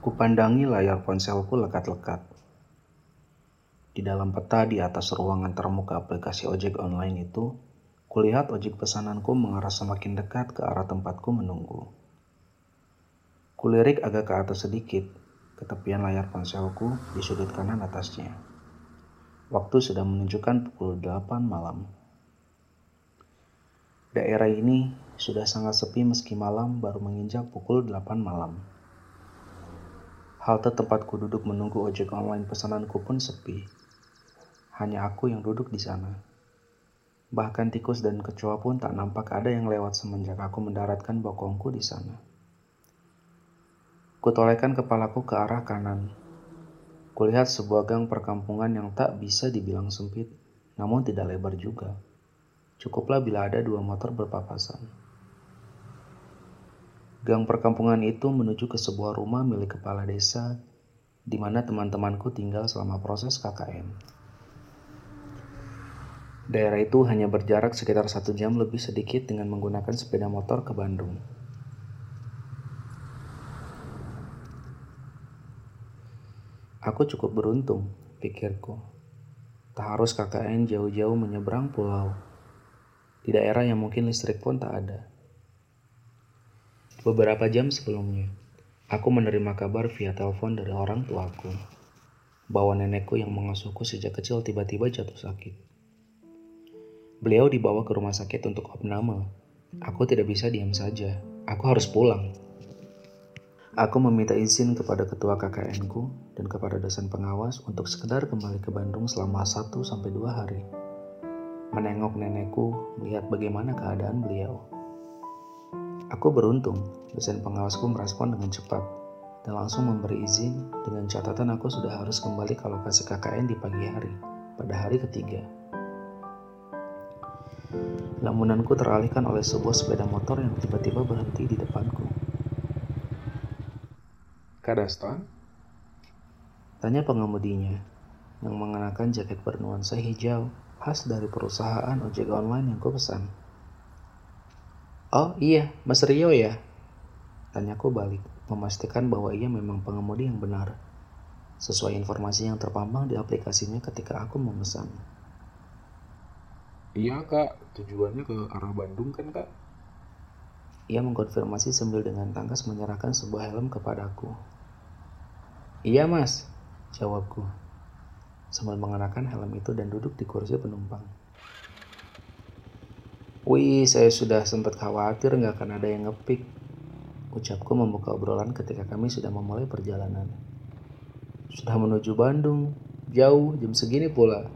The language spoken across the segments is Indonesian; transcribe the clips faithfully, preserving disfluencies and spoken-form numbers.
Kupandangi layar ponselku lekat-lekat. Di dalam peta di atas ruangan termuka aplikasi ojek online itu, kulihat ojek pesananku mengarah semakin dekat ke arah tempatku menunggu. Kulirik agak ke atas sedikit, ke tepian layar ponselku di sudut kanan atasnya. Waktu sudah menunjukkan pukul delapan malam. Daerah ini sudah sangat sepi meski malam baru menginjak pukul delapan malam. Halte tempatku duduk menunggu ojek online pesananku pun sepi. Hanya aku yang duduk di sana. Bahkan tikus dan kecoa pun tak nampak ada yang lewat semenjak aku mendaratkan bokongku di sana. Kutolekan kepalaku ke arah kanan. Kulihat sebuah gang perkampungan yang tak bisa dibilang sempit, namun tidak lebar juga. Cukuplah bila ada dua motor berpapasan. Gang perkampungan itu menuju ke sebuah rumah milik kepala desa, di mana teman-temanku tinggal selama proses K K N. Daerah itu hanya berjarak sekitar satu jam lebih sedikit dengan menggunakan sepeda motor ke Bandung. Aku cukup beruntung, pikirku. Tak harus K K N jauh-jauh menyeberang pulau. Di daerah yang mungkin listrik pun tak ada. Beberapa jam sebelumnya, aku menerima kabar via telepon dari orang tuaku bahwa nenekku yang mengasuhku sejak kecil tiba-tiba jatuh sakit. Beliau dibawa ke rumah sakit untuk opname. Aku tidak bisa diam saja. Aku harus pulang. Aku meminta izin kepada ketua K K N-ku dan kepada dosen pengawas untuk sekedar kembali ke Bandung selama satu sampai dua hari. Menengok nenekku, melihat bagaimana keadaan beliau. Aku beruntung, dosen pengawasku merespon dengan cepat dan langsung memberi izin dengan catatan aku sudah harus kembali ke lokasi K K N di pagi hari, pada hari ketiga. Lamunanku teralihkan oleh sebuah sepeda motor yang tiba-tiba berhenti di depanku. Kadasta? Tanya pengemudinya, yang mengenakan jaket bernuansa hijau khas dari perusahaan ojek online yang kupesan. Oh iya, Mas Rio ya? Tanyaku balik, memastikan bahwa ia memang pengemudi yang benar, sesuai informasi yang terpampang di aplikasinya ketika aku memesan. Iya kak, tujuannya ke arah Bandung kan kak? Ia mengkonfirmasi sambil dengan tangkas menyerahkan sebuah helm kepadaku. Iya mas, jawabku, sambil mengenakan helm itu dan duduk di kursi penumpang. Wih, saya sudah sempat khawatir nggak akan ada yang ngepik, ucapku membuka obrolan ketika kami sudah memulai perjalanan. Sudah menuju Bandung, jauh, jam segini pula,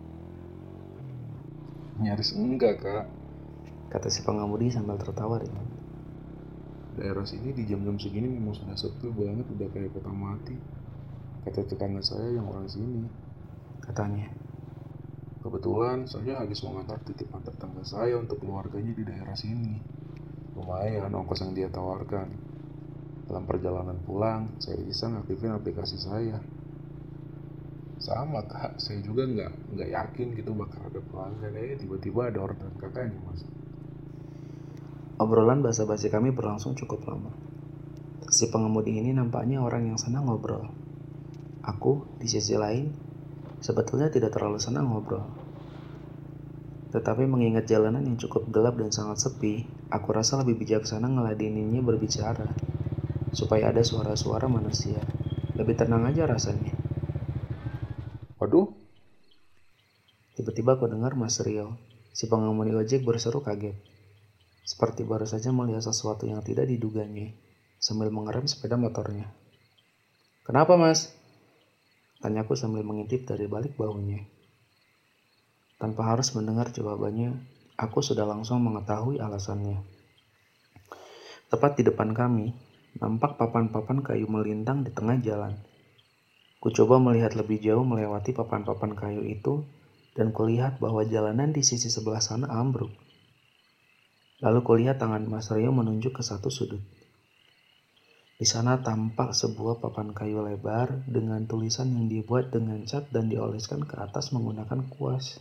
Nyaris enggak kak. kata si pengemudi sambil tertawa ringan. Daerah sini di jam-jam segini memang sudah sepi banget, udah kayak kota mati. Kata tetangga saya yang orang sini. Katanya. Kebetulan saya habis mengantar titipan tetangga saya untuk keluarganya di daerah sini. Lumayan ongkos yang dia tawarkan. Dalam perjalanan pulang, saya iseng aktifin aplikasi saya. Sama kak, saya juga nggak nggak yakin gitu bakal ada pelanggan. Eh tiba-tiba ada orderan kakaknya mas. Obrolan basa-basi kami berlangsung cukup lama. Si pengemudi ini nampaknya orang yang senang ngobrol. Aku, di sisi lain, sebetulnya tidak terlalu senang ngobrol. Tetapi mengingat jalanan yang cukup gelap dan sangat sepi, aku rasa lebih bijaksana ngeladeninnya berbicara, supaya ada suara-suara manusia. Lebih tenang aja rasanya. Waduh, Tiba-tiba aku dengar Mas Rio, si pengemudi ojek berseru kaget. Seperti baru saja melihat sesuatu yang tidak diduganya, sambil mengerem sepeda motornya. Kenapa mas? Tanyaku sambil mengintip dari balik bahunya. Tanpa harus mendengar jawabannya, aku sudah langsung mengetahui alasannya. Tepat di depan kami, nampak papan-papan kayu melintang di tengah jalan. Ku coba melihat lebih jauh melewati papan-papan kayu itu, dan kulihat bahwa jalanan di sisi sebelah sana ambruk. Lalu kulihat tangan Mas Rio menunjuk ke satu sudut. Di sana tampak sebuah papan kayu lebar dengan tulisan yang dibuat dengan cat dan dioleskan ke atas menggunakan kuas.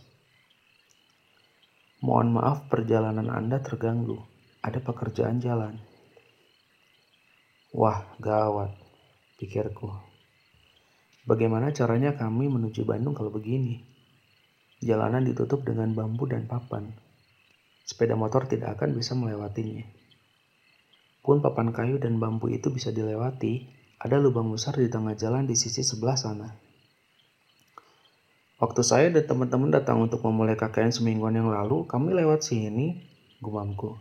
Mohon maaf perjalanan Anda terganggu. Ada pekerjaan jalan. Wah, gawat. pikirku. Bagaimana caranya kami menuju Bandung kalau begini? Jalanan ditutup dengan bambu dan papan. Sepeda motor tidak akan bisa melewatinya. Pun papan kayu dan bambu itu bisa dilewati, ada lubang besar di tengah jalan di sisi sebelah sana. Waktu saya dan teman-teman datang untuk memulai K K N semingguan yang lalu, kami lewat sini, gumamku.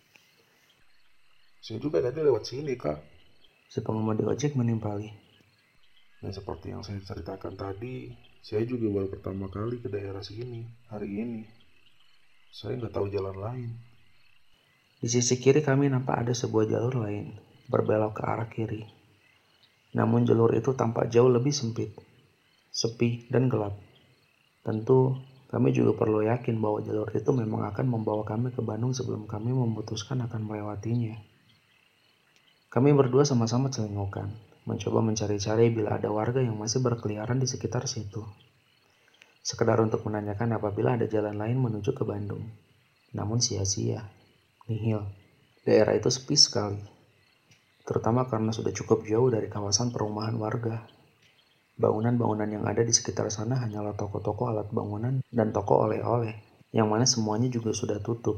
Saya juga tadi lewat sini, Kak. Si pengemudi ojek menimpali. Dan seperti yang saya ceritakan tadi, saya juga baru pertama kali ke daerah sini, hari ini. Saya nggak tahu jalan lain. Di sisi kiri kami nampak ada sebuah jalur lain, berbelok ke arah kiri. Namun jalur itu tampak jauh lebih sempit, sepi, dan gelap. Tentu, kami juga perlu yakin bahwa jalur itu memang akan membawa kami ke Bandung sebelum kami memutuskan akan melewatinya. Kami berdua sama-sama celengokan, mencoba mencari-cari bila ada warga yang masih berkeliaran di sekitar situ. Sekedar untuk menanyakan apabila ada jalan lain menuju ke Bandung. Namun sia-sia, nihil. Daerah itu sepi sekali, terutama karena sudah cukup jauh dari kawasan perumahan warga. Bangunan-bangunan yang ada di sekitar sana hanyalah toko-toko alat bangunan dan toko oleh-oleh, yang mana semuanya juga sudah tutup.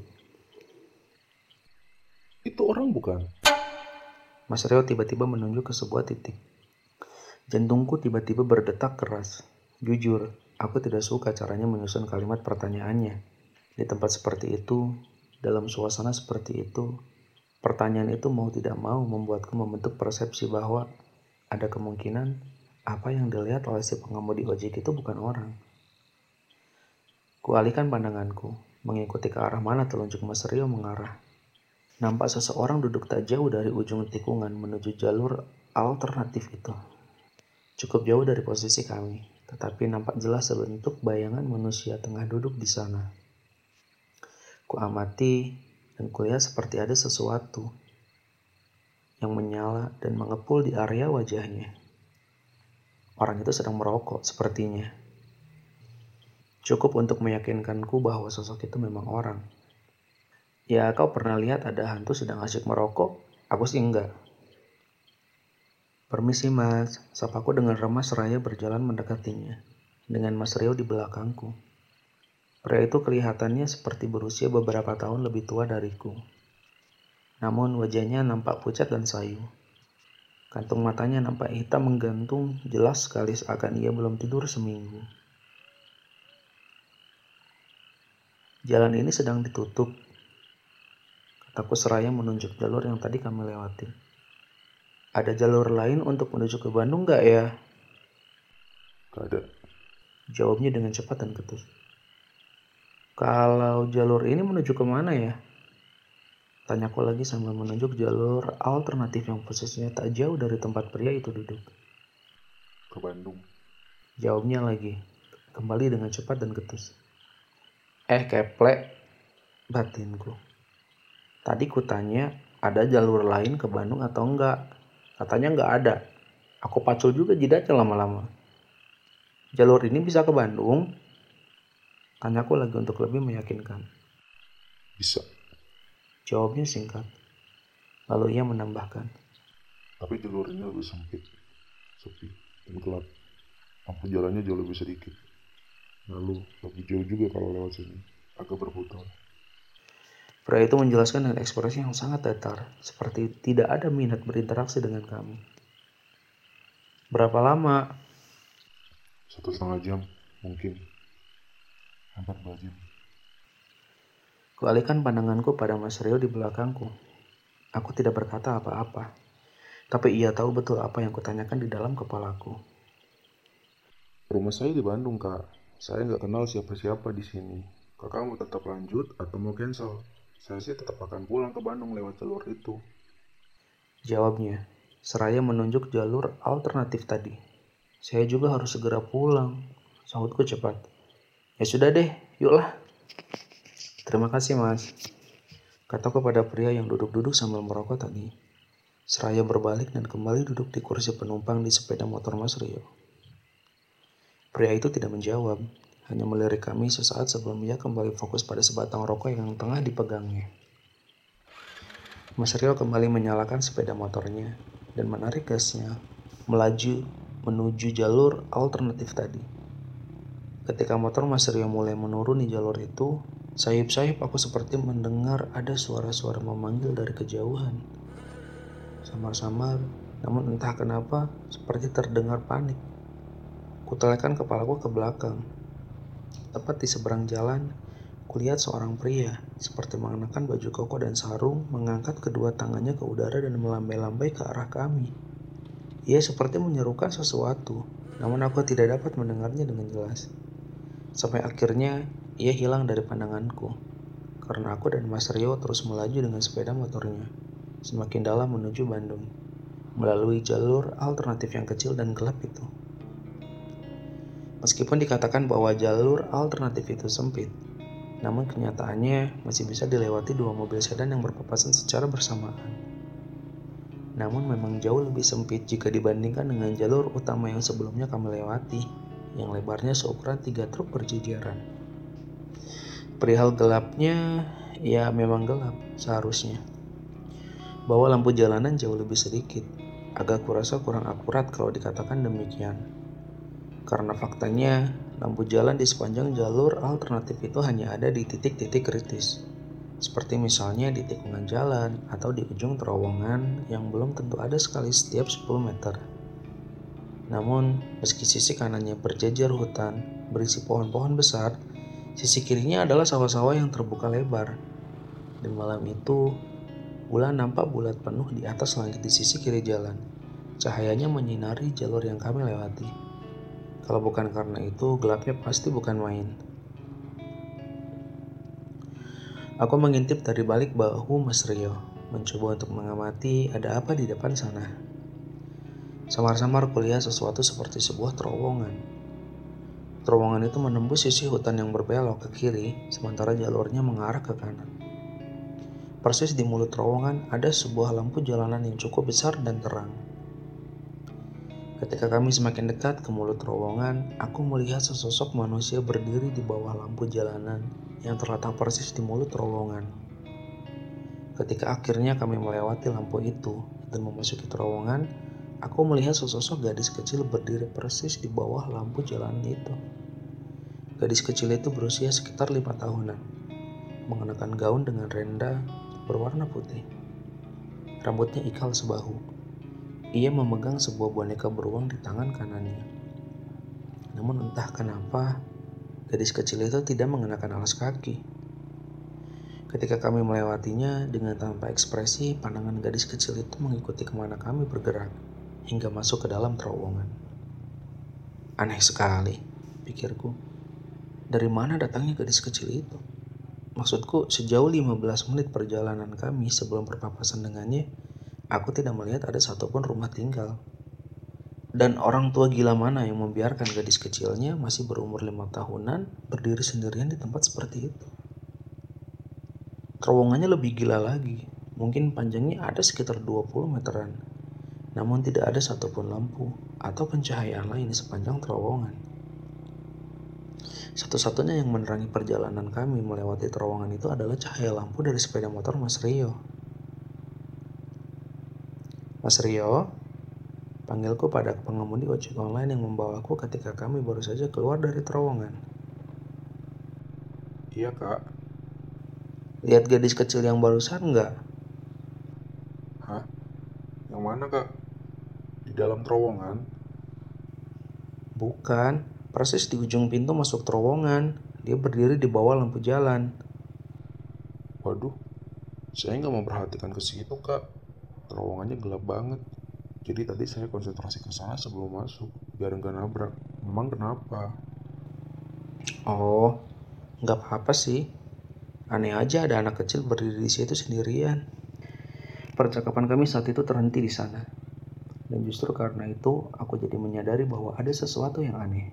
Itu orang bukan? Mas Reo tiba-tiba menunjuk ke sebuah titik. Jantungku tiba-tiba berdetak keras. Jujur, aku tidak suka caranya menyusun kalimat pertanyaannya. Di tempat seperti itu, dalam suasana seperti itu, pertanyaan itu mau tidak mau membuatku membentuk persepsi bahwa ada kemungkinan apa yang dilihat oleh si pengemudi ojek itu bukan orang. Kualihkan pandanganku, mengikuti ke arah mana telunjuk Mas Rio mengarah. Nampak seseorang duduk tak jauh dari ujung tikungan menuju jalur alternatif itu. Cukup jauh dari posisi kami, tetapi nampak jelas sebentuk bayangan manusia tengah duduk di sana. Kuamati dan kulihat seperti ada sesuatu yang menyala dan mengepul di area wajahnya. Orang itu sedang merokok sepertinya. Cukup untuk meyakinkanku bahwa sosok itu memang orang. Ya, kau pernah lihat ada hantu sedang asyik merokok? Aku sih enggak. Permisi mas, sapaku dengan ramah seraya berjalan mendekatinya, dengan Mas Rio di belakangku. Pria itu kelihatannya seperti berusia beberapa tahun lebih tua dariku. Namun wajahnya nampak pucat dan sayu. Kantung matanya nampak hitam menggantung, jelas sekali seakan ia belum tidur seminggu. Jalan ini sedang ditutup. Kataku seraya menunjuk jalur yang tadi kami lewati. Ada jalur lain untuk menuju ke Bandung gak ya? Gak ada. Jawabnya dengan cepat dan ketus. Kalau jalur ini menuju kemana ya? Tanyaku lagi sambil menunjuk jalur alternatif yang posisinya tak jauh dari tempat pria itu duduk. Ke Bandung. Jawabnya lagi, kembali dengan cepat dan ketus. Eh keplek, batinku. Tadi kutanya ada jalur lain ke Bandung atau enggak. Katanya enggak ada. Aku pacul juga jidatnya lama-lama. Jalur ini bisa ke Bandung? Tanyaku lagi untuk lebih meyakinkan. Bisa. Jawabnya singkat. Lalu ia menambahkan. Tapi jalur ini lebih sempit, sepi, dan gelap. Lampu jalannya jauh lebih sedikit. Lalu lebih jauh juga kalau lewat sini. Agak berputar. Pria itu menjelaskan dengan ekspresi yang sangat datar, seperti tidak ada minat berinteraksi dengan kami. Berapa lama? Satu setengah jam, mungkin. Hampir dua jam. Kualihkan pandanganku pada Mas Rio di belakangku. Aku tidak berkata apa-apa, tapi ia tahu betul apa yang kutanyakan di dalam kepalaku. Rumah saya di Bandung, Kak. Saya nggak kenal siapa-siapa di sini. Kakak mau tetap lanjut atau mau cancel? Saya sih tetap akan pulang ke Bandung lewat jalur itu. Jawabnya, seraya menunjuk jalur alternatif tadi. Saya juga harus segera pulang, sahutku cepat. Ya sudah deh, yuklah. Terima kasih mas, kataku pada pria yang duduk-duduk sambil merokok tadi. Seraya berbalik dan kembali duduk di kursi penumpang di sepeda motor Mas Rio. Pria itu tidak menjawab, hanya melirik kami sesaat sebelum ia kembali fokus pada sebatang rokok yang tengah dipegangnya. Mas Rio kembali menyalakan sepeda motornya dan menarik gasnya. melaju menuju jalur alternatif tadi. Ketika motor Mas Rio mulai menuruni jalur itu, sayup-sayup aku seperti mendengar ada suara-suara memanggil dari kejauhan. Samar-samar, namun entah kenapa seperti terdengar panik. Kutelekan kepalaku ke belakang. Tepat di seberang jalan, kulihat seorang pria seperti mengenakan baju koko dan sarung mengangkat kedua tangannya ke udara dan melambai-lambai ke arah kami. Ia seperti menyerukan sesuatu, namun aku tidak dapat mendengarnya dengan jelas. Sampai akhirnya ia hilang dari pandanganku, karena aku dan Mas Rio terus melaju dengan sepeda motornya, semakin dalam menuju Bandung, melalui jalur alternatif yang kecil dan gelap itu. Meskipun dikatakan bahwa jalur alternatif itu sempit, namun kenyataannya masih bisa dilewati dua mobil sedan yang berpapasan secara bersamaan. Namun memang jauh lebih sempit jika dibandingkan dengan jalur utama yang sebelumnya kami lewati, yang lebarnya seukuran tiga truk berjejeran. Perihal gelapnya, ya memang gelap seharusnya. Bahwa lampu jalanan jauh lebih sedikit, agak kurasa kurang akurat kalau dikatakan demikian. Karena faktanya, lampu jalan di sepanjang jalur alternatif itu hanya ada di titik-titik kritis. Seperti misalnya di tikungan jalan atau di ujung terowongan yang belum tentu ada sekali setiap sepuluh meter. Namun, meski sisi kanannya berjejer hutan, berisi pohon-pohon besar, sisi kirinya adalah sawah-sawah yang terbuka lebar. Dan malam itu, bulan nampak bulat penuh di atas langit di sisi kiri jalan. Cahayanya menyinari jalur yang kami lewati. Kalau bukan karena itu, gelapnya pasti bukan main. Aku mengintip dari balik bahu Mas Rio, mencoba untuk mengamati ada apa di depan sana. Samar-samar kulihat sesuatu seperti sebuah terowongan. Terowongan itu menembus sisi hutan yang berbelok ke kiri, sementara jalurnya mengarah ke kanan. Persis di mulut terowongan ada sebuah lampu jalanan yang cukup besar dan terang. Ketika kami semakin dekat ke mulut terowongan, aku melihat sesosok manusia berdiri di bawah lampu jalanan yang terletak persis di mulut terowongan. Ketika akhirnya kami melewati lampu itu dan memasuki terowongan, aku melihat sesosok gadis kecil berdiri persis di bawah lampu jalanan itu. Gadis kecil itu berusia sekitar lima tahunan, mengenakan gaun dengan renda berwarna putih. Rambutnya ikal sebahu. Ia memegang sebuah boneka beruang di tangan kanannya. Namun entah kenapa, gadis kecil itu tidak mengenakan alas kaki. Ketika kami melewatinya, dengan tanpa ekspresi, pandangan gadis kecil itu mengikuti kemana kami bergerak, hingga masuk ke dalam terowongan. Aneh sekali, pikirku. Dari mana datangnya gadis kecil itu? Maksudku, sejauh lima belas menit perjalanan kami sebelum berpapasan dengannya, aku tidak melihat ada satupun rumah tinggal. Dan orang tua gila mana yang membiarkan gadis kecilnya masih berumur lima tahunan berdiri sendirian di tempat seperti itu? Terowongannya lebih gila lagi. Mungkin panjangnya ada sekitar dua puluh meteran. Namun tidak ada satupun lampu atau pencahayaan lain di sepanjang terowongan. Satu-satunya yang menerangi perjalanan kami melewati terowongan itu adalah cahaya lampu dari sepeda motor Mas Rio. Mas Rio, panggilku pada pengemudi ojek online yang membawaku ketika kami baru saja keluar dari terowongan. Iya kak. Lihat gadis kecil yang barusan nggak? Hah? Yang mana kak? Di dalam terowongan? Bukan, persis di ujung pintu masuk terowongan. Dia berdiri di bawah lampu jalan. Waduh, saya nggak memperhatikan ke situ kak. Terowongannya gelap banget. Jadi tadi saya konsentrasi ke sana sebelum masuk, biar nggak nabrak. Memang kenapa? Oh, nggak apa-apa sih. Aneh aja ada anak kecil berdiri di situ sendirian. Percakapan kami saat itu terhenti di sana. Dan justru karena itu, aku jadi menyadari bahwa ada sesuatu yang aneh.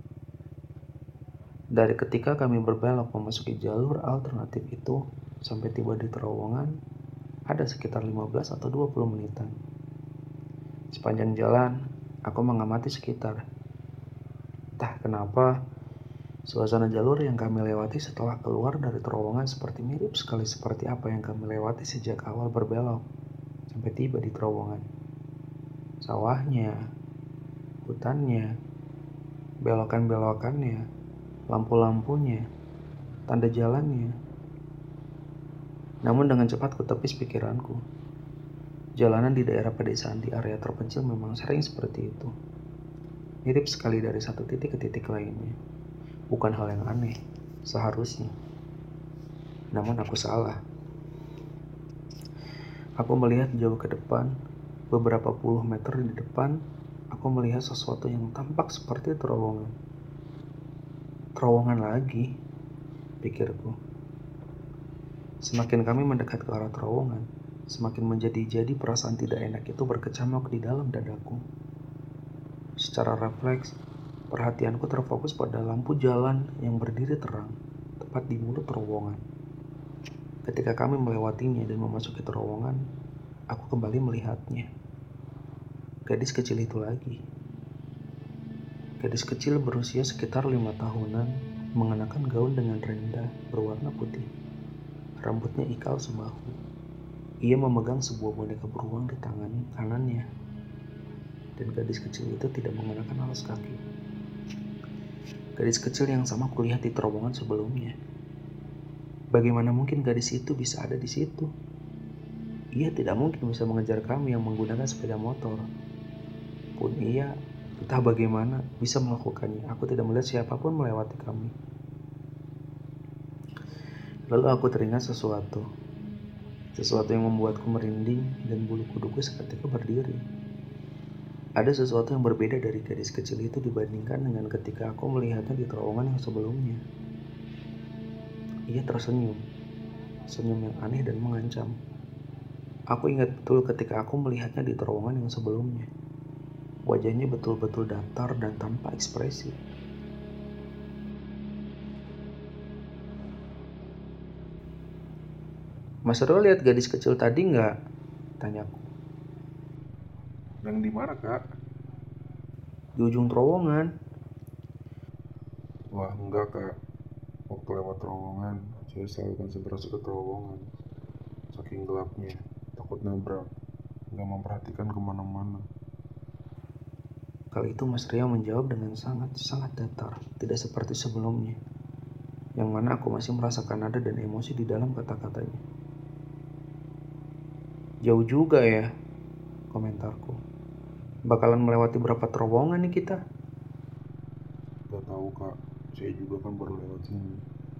Dari ketika kami berbelok memasuki jalur alternatif itu, sampai tiba di terowongan, ada sekitar lima belas atau dua puluh menitan. Sepanjang jalan, aku mengamati sekitar. Entah kenapa, suasana jalur yang kami lewati setelah keluar dari terowongan seperti mirip sekali seperti apa yang kami lewati sejak awal berbelok sampai tiba di terowongan. Sawahnya, hutannya, belokan-belokannya, lampu-lampunya, tanda jalannya. Namun dengan cepat kutepis pikiranku. Jalanan di daerah pedesaan di area terpencil memang sering seperti itu. Mirip sekali dari satu titik ke titik lainnya. Bukan hal yang aneh, seharusnya. Namun aku salah. Aku melihat jauh ke depan, beberapa puluh meter di depan, aku melihat sesuatu yang tampak seperti terowongan. Terowongan lagi, pikirku. Semakin kami mendekat ke arah terowongan, semakin menjadi-jadi perasaan tidak enak itu berkecamuk di dalam dadaku. Secara refleks, perhatianku terfokus pada lampu jalan yang berdiri terang, tepat di mulut terowongan. Ketika kami melewatinya dan memasuki terowongan, aku kembali melihatnya. Gadis kecil itu lagi. Gadis kecil berusia sekitar lima tahunan, mengenakan gaun dengan rendah berwarna putih. Rambutnya ikal sebahu. Ia memegang sebuah boneka beruang di tangan kanannya. Dan gadis kecil itu tidak mengenakan alas kaki. Gadis kecil yang sama kulihat di terowongan sebelumnya. Bagaimana mungkin gadis itu bisa ada di situ? Ia tidak mungkin bisa mengejar kami yang menggunakan sepeda motor. Pun ia, entah bagaimana, bisa melakukannya. Aku tidak melihat siapapun melewati kami. Lalu aku teringat sesuatu. Sesuatu yang membuatku merinding dan bulu kuduku seketika berdiri. Ada sesuatu yang berbeda dari gadis kecil itu dibandingkan dengan ketika aku melihatnya di terowongan yang sebelumnya. Ia tersenyum, senyum yang aneh dan mengancam. Aku ingat betul ketika aku melihatnya di terowongan yang sebelumnya. Wajahnya betul-betul datar dan tanpa ekspresi. Mas Ro lihat gadis kecil tadi nggak? Tanyaku. Yang di mana, Kak? Di ujung terowongan. Wah, enggak, Kak. Waktu lewat terowongan, saya selalu konsentrasi ke terowongan. Saking gelapnya, takut nabrak, nggak memperhatikan kemana-mana. Kali itu Mas Rio menjawab dengan sangat-sangat datar, tidak seperti sebelumnya, yang mana aku masih merasakan nada dan emosi di dalam kata-katanya. Jauh juga ya, komentarku. Bakalan melewati berapa terowongan nih kita? Gak tahu, Kak. Saya juga kan baru lewat sini.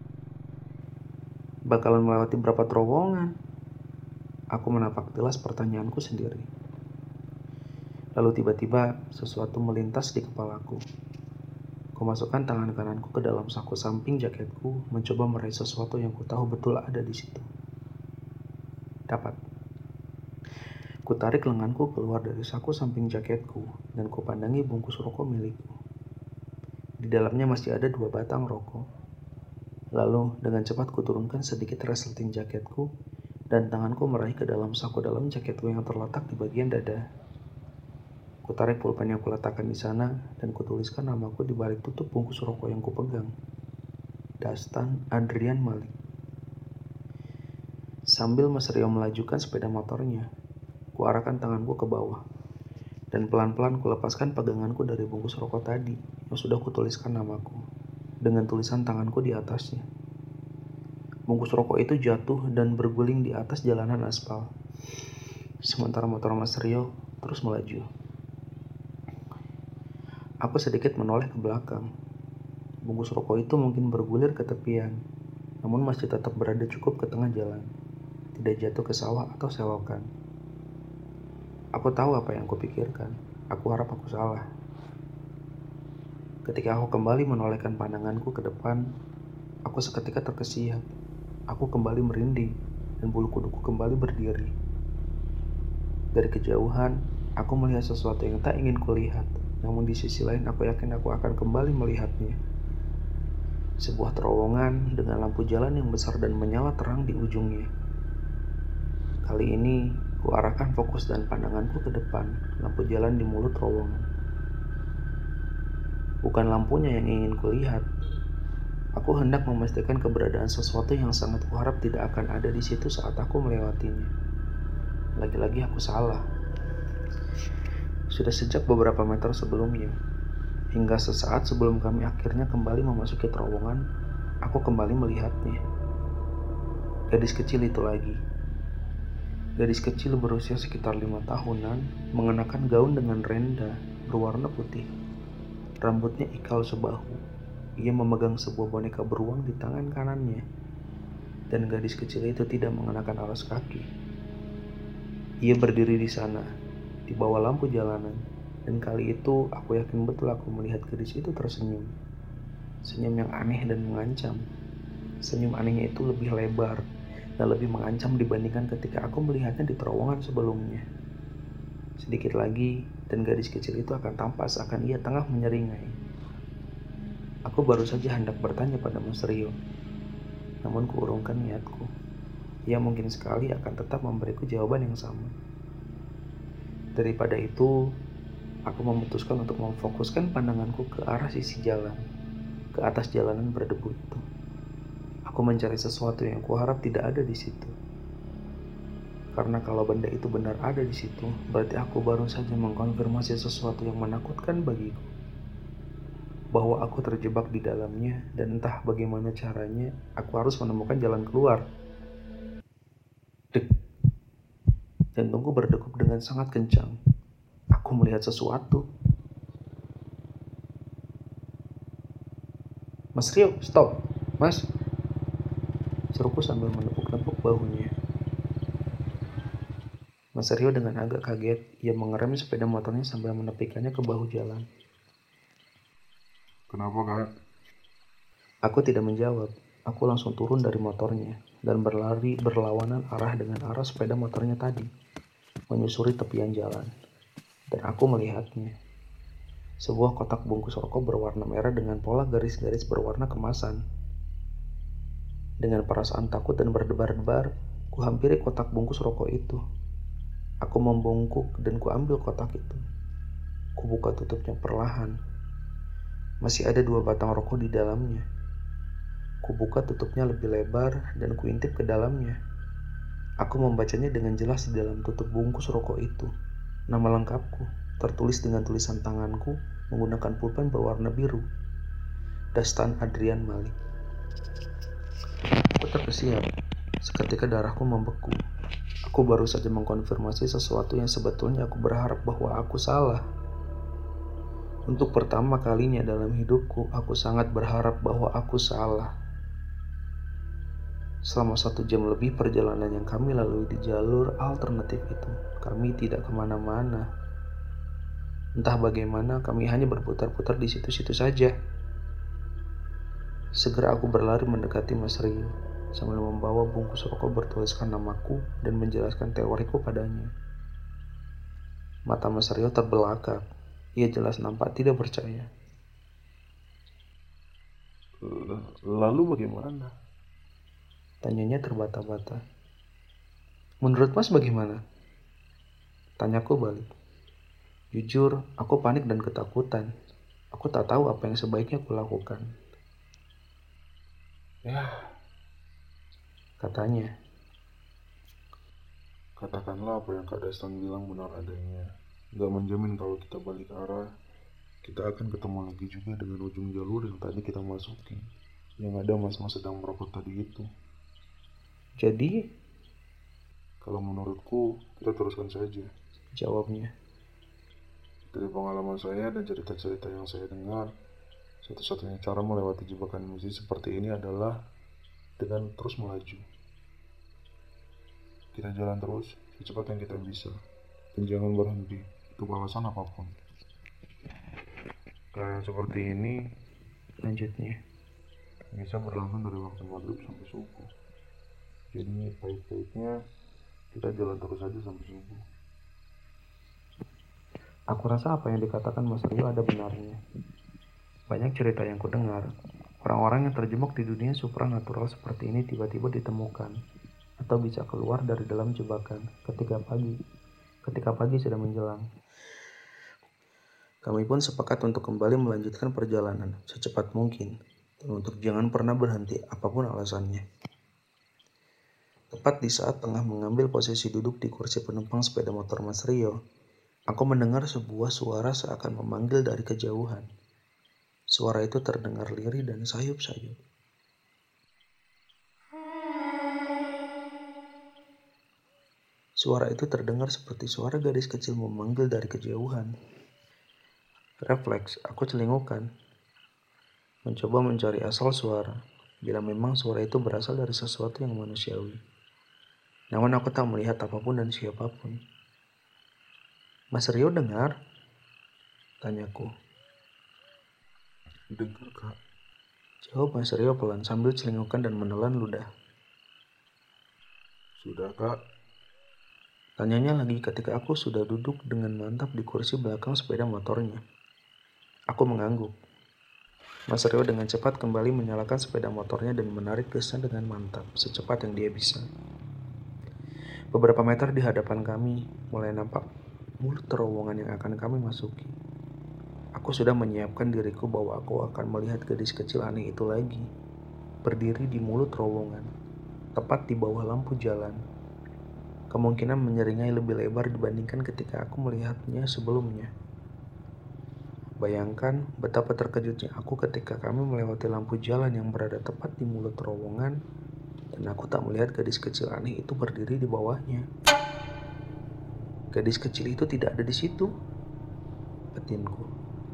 Bakalan melewati berapa terowongan? Aku menapak tilas pertanyaanku sendiri. Lalu tiba-tiba sesuatu melintas di kepalaku. Kumasukkan tangan kananku ke dalam saku samping jaketku, mencoba meraih sesuatu yang kutahu betul ada di situ. Dapat. Kutarik lenganku keluar dari saku samping jaketku dan kupandangi bungkus rokok milikku. Di dalamnya masih ada dua batang rokok. Lalu dengan cepat kuturunkan sedikit resleting jaketku dan tanganku meraih ke dalam saku dalam jaketku yang terletak di bagian dada. Kutarik pulpen yang kuletakkan di sana dan kutuliskan namaku di balik tutup bungkus rokok yang kupegang. Dastan Adrian Malik. Sambil Mas Rio melajukan sepeda motornya, kuarahkan tanganku ke bawah. Dan pelan-pelan kulepaskan peganganku dari bungkus rokok tadi yang sudah kutuliskan namaku dengan tulisan tanganku di atasnya. Bungkus rokok itu jatuh dan berguling di atas jalanan aspal. Sementara motor Mas Rio terus melaju. Aku sedikit menoleh ke belakang. Bungkus rokok itu mungkin bergulir ke tepian, namun masih tetap berada cukup ke tengah jalan. Tidak jatuh ke sawah atau selokan. Aku tahu apa yang kupikirkan. Aku harap aku salah. Ketika aku kembali menolehkan pandanganku ke depan, aku seketika terkesiap. Aku kembali merinding dan bulu kuduku kembali berdiri. Dari kejauhan, aku melihat sesuatu yang tak ingin kulihat. Namun di sisi lain aku yakin aku akan kembali melihatnya. Sebuah terowongan dengan lampu jalan yang besar dan menyala terang di ujungnya. Kali ini kuarahkan fokus dan pandanganku ke depan, lampu jalan di mulut terowongan. Bukan lampunya yang ingin kulihat. Aku hendak memastikan keberadaan sesuatu yang sangat kuharap tidak akan ada di situ saat aku melewatinya. Lagi-lagi aku salah. sudah sejak beberapa meter sebelumnya. Hingga sesaat sebelum kami akhirnya kembali memasuki terowongan, aku kembali melihatnya. Gadis kecil itu lagi. Gadis kecil berusia sekitar lima tahunan, mengenakan gaun dengan renda berwarna putih. Rambutnya ikal sebahu. Ia memegang sebuah boneka beruang di tangan kanannya. Dan gadis kecil itu tidak mengenakan alas kaki. Ia berdiri di sana, di bawah lampu jalanan. Dan kali itu aku yakin betul aku melihat gadis itu tersenyum. Senyum yang aneh dan mengancam. Senyum anehnya itu lebih lebar dan lebih mengancam dibandingkan ketika aku melihatnya di terowongan sebelumnya. Sedikit lagi dan gadis kecil itu akan tampak seakan ia tengah menyeringai. Aku baru saja hendak bertanya pada Mas Rio, namun kuurungkan niatku. Ia mungkin sekali akan tetap memberiku jawaban yang sama. Daripada itu, aku memutuskan untuk memfokuskan pandanganku ke arah sisi jalan, ke atas jalanan berdebu itu. Aku mencari sesuatu yang kuharap tidak ada di situ. Karena kalau benda itu benar ada di situ, berarti aku baru saja mengkonfirmasi sesuatu yang menakutkan bagiku. Bahwa aku terjebak di dalamnya dan entah bagaimana caranya, aku harus menemukan jalan keluar. Dek. Jantungku berdegup dengan sangat kencang. Aku melihat sesuatu. Mas Rio, stop. Mas. Seruku sambil menepuk-nepuk bahunya. Mas Rio dengan agak kaget, ia mengerem sepeda motornya sambil menepikannya ke bahu jalan. Kenapa, Kak? Aku tidak menjawab. Aku langsung turun dari motornya dan berlari berlawanan arah dengan arah sepeda motornya tadi, menyusuri tepian jalan. Dan aku melihatnya. Sebuah kotak bungkus rokok berwarna merah dengan pola garis-garis berwarna kemasan. Dengan perasaan takut dan berdebar-debar, ku hampiri kotak bungkus rokok itu. Aku membungkuk dan ku ambil kotak itu. Ku buka tutupnya perlahan. Masih ada dua batang rokok di dalamnya. Ku buka tutupnya lebih lebar dan ku intip ke dalamnya. Aku membacanya dengan jelas di dalam tutup bungkus rokok itu. Nama lengkapku, tertulis dengan tulisan tanganku menggunakan pulpen berwarna biru. Dastan Adrian Malik. Aku terkesiap. Seketika darahku membeku. Aku baru saja mengkonfirmasi sesuatu yang sebetulnya aku berharap bahwa aku salah. Untuk pertama kalinya dalam hidupku, aku sangat berharap bahwa aku salah. Selama satu jam lebih perjalanan yang kami lalui di jalur alternatif itu, kami tidak kemana-mana. Entah bagaimana, kami hanya berputar-putar di situ-situ saja. Segera aku berlari mendekati Mas Rio, sambil membawa bungkus rokok bertuliskan namaku dan menjelaskan teoriku padanya. Mata Mas Rio terbelakang. Ia jelas nampak tidak percaya. Lalu bagaimana? Tanyanya terbata-bata. Menurut Mas bagaimana? Tanyaku balik. Jujur, aku panik dan ketakutan. Aku tak tahu apa yang sebaiknya kulakukan. Ya, Katanya. katakanlah apa yang Kak Dastan bilang benar adanya. Gak menjamin kalau kita balik arah, kita akan ketemu lagi juga dengan ujung jalur yang tadi kita masuki. Yang ada mas-mas sedang merokok tadi itu. Jadi, Kalau menurutku, kita teruskan saja. jawabnya. Dari pengalaman saya dan cerita-cerita yang saya dengar, satu-satunya cara melewati jebakan musik seperti ini adalah dengan terus melaju. Kita jalan terus, secepat yang kita bisa. Dan jangan berhenti, untuk alasan apapun. Kayak seperti ini, Lanjutnya. bisa berlangsung dari waktu maghrib sampai subuh. Jadi baik-baiknya kita jalan terus saja sampai subuh. Aku rasa apa yang dikatakan Mas Rio ada benarnya. Banyak cerita yang kudengar, orang-orang yang terjebak di dunia supranatural seperti ini tiba-tiba ditemukan atau bisa keluar dari dalam jebakan ketika pagi, ketika pagi sudah menjelang. Kami pun sepakat untuk kembali melanjutkan perjalanan secepat mungkin dan untuk jangan pernah berhenti apapun alasannya. Tepat di saat tengah mengambil posisi duduk di kursi penumpang sepeda motor Mas Rio, Aku mendengar sebuah suara seakan memanggil dari kejauhan. Suara itu terdengar lirih dan sayup-sayup. Suara itu terdengar seperti suara gadis kecil memanggil dari kejauhan. Refleks, aku celingukkan, mencoba mencari asal suara, bila memang suara itu berasal dari sesuatu yang manusiawi. Namun aku tak melihat apapun dan siapapun. Mas Rio dengar? Tanyaku. Dengar, Kak. Jawab Mas Rio pelan sambil celingukan dan menelan ludah. Sudah, Kak. Tanyanya lagi ketika aku sudah duduk dengan mantap di kursi belakang sepeda motornya. Aku mengangguk. Mas Rio dengan cepat kembali menyalakan sepeda motornya dan menarik gasnya dengan mantap, secepat yang dia bisa. Beberapa meter di hadapan kami, mulai nampak mulut terowongan yang akan kami masuki. Aku sudah menyiapkan diriku bahwa aku akan melihat gadis kecil aneh itu lagi, berdiri di mulut terowongan, tepat di bawah lampu jalan. Kemungkinan menyeringai lebih lebar dibandingkan ketika aku melihatnya sebelumnya. Bayangkan betapa terkejutnya aku ketika kami melewati lampu jalan yang berada tepat di mulut terowongan, dan aku tak melihat gadis kecil aneh itu berdiri di bawahnya. Gadis kecil itu tidak ada di situ, batinku.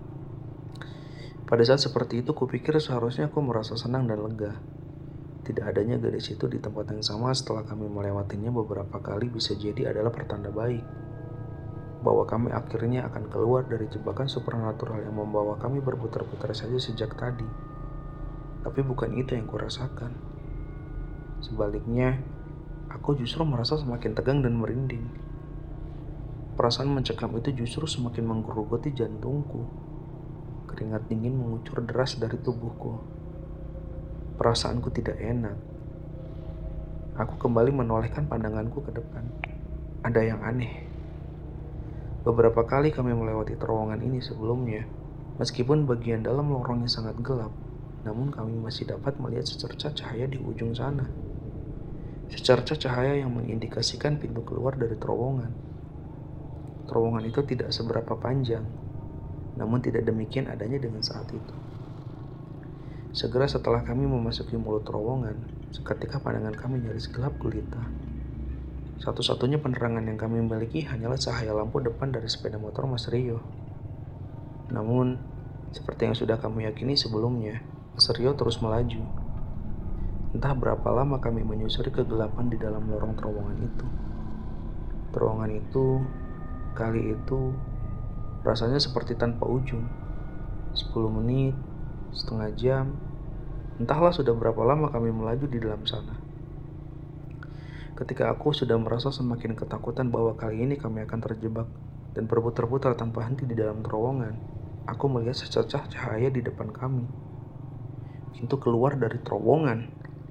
Pada saat seperti itu, kupikir seharusnya aku merasa senang dan lega. Tidak adanya gadis itu di tempat yang sama setelah kami melewatinya beberapa kali bisa jadi adalah pertanda baik, bahwa kami akhirnya akan keluar dari jebakan supernatural yang membawa kami berputar-putar saja sejak tadi. Tapi bukan itu yang kurasakan. Sebaliknya, aku justru merasa semakin tegang dan merinding. Perasaan mencekam itu justru semakin menggerogoti jantungku. Keringat dingin mengucur deras dari tubuhku. Perasaanku tidak enak. Aku kembali menolehkan pandanganku ke depan. Ada yang aneh. Beberapa kali kami melewati terowongan ini sebelumnya. Meskipun bagian dalam lorongnya sangat gelap, namun kami masih dapat melihat secercah cahaya di ujung sana. Secercah cahaya yang mengindikasikan pintu keluar dari terowongan. Terowongan itu tidak seberapa panjang, namun tidak demikian adanya dengan saat itu. Segera setelah kami memasuki mulut terowongan, seketika pandangan kami nyaris gelap gulita. Satu-satunya penerangan yang kami miliki hanyalah cahaya lampu depan dari sepeda motor Mas Rio. Namun, seperti yang sudah kami yakini sebelumnya, Mas Rio terus melaju. Entah berapa lama kami menyusuri kegelapan di dalam lorong terowongan itu. Terowongan itu, kali itu, rasanya seperti tanpa ujung. Sepuluh menit, setengah jam, entahlah sudah berapa lama kami melaju di dalam sana. Ketika aku sudah merasa semakin ketakutan bahwa kali ini kami akan terjebak dan berputar-putar tanpa henti di dalam terowongan, aku melihat secercah cahaya di depan kami. Pintu keluar dari terowongan.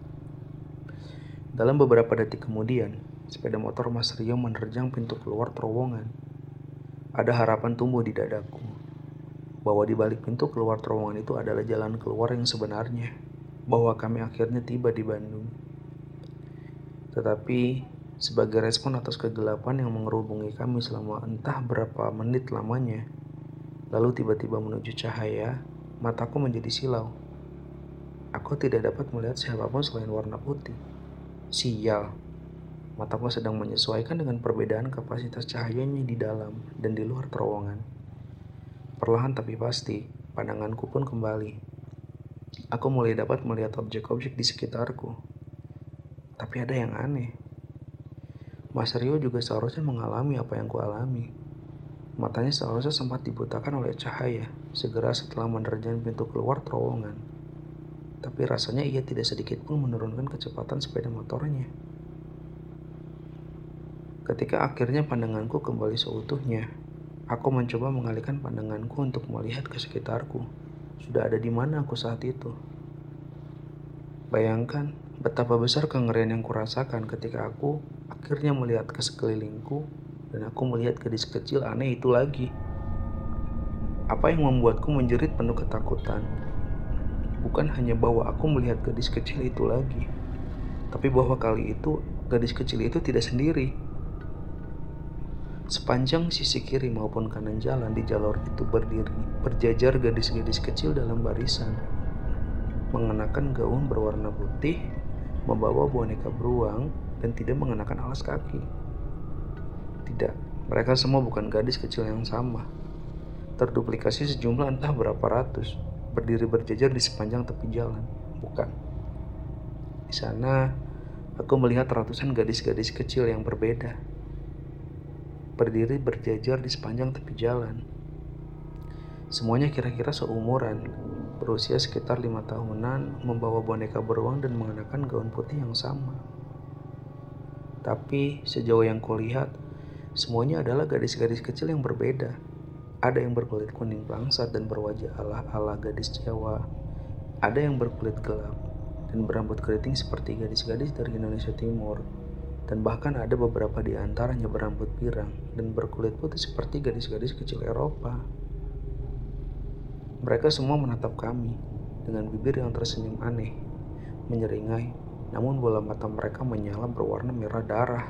Dalam beberapa detik kemudian, sepeda motor Mas Rio menerjang pintu keluar terowongan. Ada harapan tumbuh di dadaku, bahwa di balik pintu keluar terowongan itu adalah jalan keluar yang sebenarnya, bahwa kami akhirnya tiba di Bandung. Tetapi, sebagai respon atas kegelapan yang mengerubungi kami selama entah berapa menit lamanya, lalu tiba-tiba menuju cahaya, mataku menjadi silau. Aku tidak dapat melihat siapapun selain warna putih. Sial, mataku sedang menyesuaikan dengan perbedaan kapasitas cahayanya di dalam dan di luar terowongan. Perlahan tapi pasti, pandanganku pun kembali. Aku mulai dapat melihat objek-objek di sekitarku. Tapi ada yang aneh. Mas Rio juga seharusnya mengalami apa yang kualami. Matanya seharusnya sempat dibutakan oleh cahaya segera setelah menerjang pintu keluar terowongan. Tapi rasanya ia tidak sedikit pun menurunkan kecepatan sepeda motornya. Ketika akhirnya pandanganku kembali seutuhnya, aku mencoba mengalihkan pandanganku untuk melihat ke sekitarku. Sudah ada di mana aku saat itu? Bayangkan betapa besar kengerian yang kurasakan ketika aku akhirnya melihat ke sekelilingku dan aku melihat gadis kecil aneh itu lagi. Apa yang membuatku menjerit penuh ketakutan? Bukan hanya bahwa aku melihat gadis kecil itu lagi, tapi bahwa kali itu gadis kecil itu tidak sendiri. Sepanjang sisi kiri maupun kanan jalan di jalur itu berdiri berjajar gadis-gadis kecil dalam barisan, mengenakan gaun berwarna putih, membawa boneka beruang, dan tidak mengenakan alas kaki. Tidak, mereka semua bukan gadis kecil yang sama. Terduplikasi sejumlah entah berapa ratus, berdiri berjajar di sepanjang tepi jalan. Bukan. Di sana, aku melihat ratusan gadis-gadis kecil yang berbeda, berdiri berjajar di sepanjang tepi jalan. Semuanya kira-kira seumuran, berusia sekitar lima tahunan, membawa boneka beruang dan mengenakan gaun putih yang sama. Tapi sejauh yang kulihat, semuanya adalah gadis-gadis kecil yang berbeda. Ada yang berkulit kuning bangsat dan berwajah ala-ala gadis Jawa. Ada yang berkulit gelap dan berambut keriting seperti gadis-gadis dari Indonesia Timur. Dan bahkan ada beberapa di antaranya berambut pirang dan berkulit putih seperti gadis-gadis kecil Eropa. Mereka semua menatap kami dengan bibir yang tersenyum aneh, menyeringai, namun bola mata mereka menyala berwarna merah darah.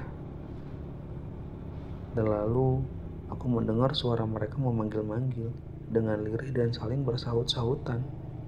Dan lalu aku mendengar suara mereka memanggil-manggil dengan lirih dan saling bersahut-sahutan.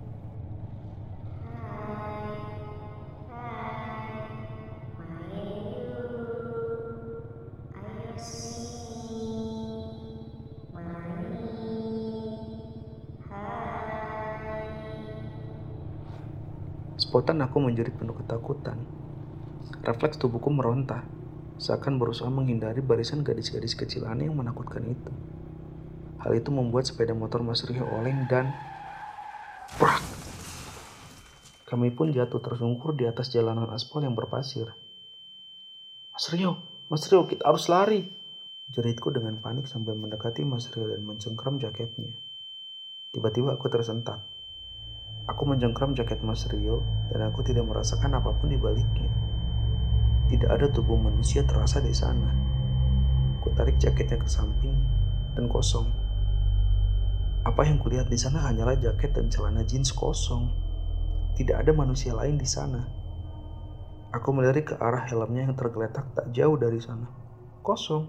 Spontan aku menjerit penuh ketakutan. Refleks tubuhku meronta, seakan berusaha menghindari barisan gadis-gadis kecil aneh yang menakutkan itu. Hal itu membuat sepeda motor Mas Rio oleng dan prak. Kami pun jatuh tersungkur di atas jalanan aspal yang berpasir. Mas Rio, Mas Rio, kita harus lari, jeritku dengan panik sambil mendekati Mas Rio dan mencengkram jaketnya. Tiba-tiba aku tersentak. Aku mencengkram jaket Mas Rio dan aku tidak merasakan apapun di baliknya. Tidak ada tubuh manusia terasa di sana. Ku tarik jaketnya ke samping dan kosong. Apa yang kulihat di sana hanyalah jaket dan celana jeans kosong. Tidak ada manusia lain di sana. Aku melirik ke arah helmnya yang tergeletak tak jauh dari sana. Kosong.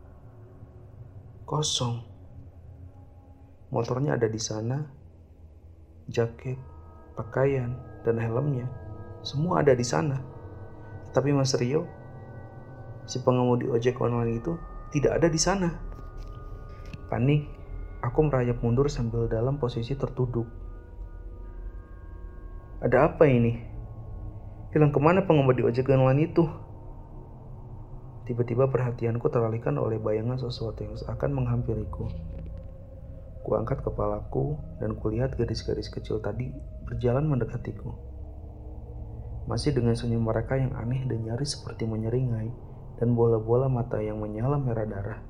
Kosong. Motornya ada di sana. Jaket, pakaian, dan helmnya semua ada di sana. Tapi Mas Rio, si pengemudi ojek online itu, tidak ada di sana. Panik, aku merayap mundur sambil dalam posisi tertuduk. Ada apa ini? Hilang kemana pengemudi ojek online itu? Tiba-tiba perhatianku teralihkan oleh bayangan sesuatu yang seakan menghampiriku. Kuangkat kepalaku dan kulihat gadis-gadis kecil tadi berjalan mendekatiku. Masih dengan senyum mereka yang aneh dan nyaris seperti menyeringai dan bola-bola mata yang menyala merah darah.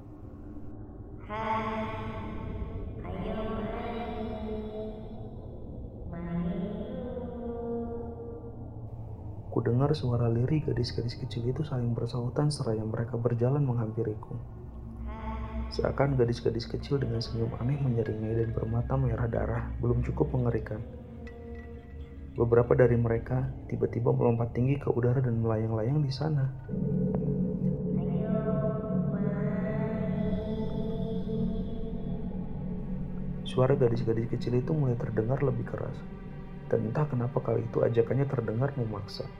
Ku dengar suara lirih gadis-gadis kecil itu saling bersahutan seraya mereka berjalan menghampiriku. Seakan gadis-gadis kecil dengan senyum aneh menyeringai dan bermata merah darah belum cukup mengerikan. Beberapa dari mereka tiba-tiba melompat tinggi ke udara dan melayang-layang di sana. Suara gadis-gadis kecil itu mulai terdengar lebih keras. Dan entah kenapa kali itu ajakannya terdengar memaksa.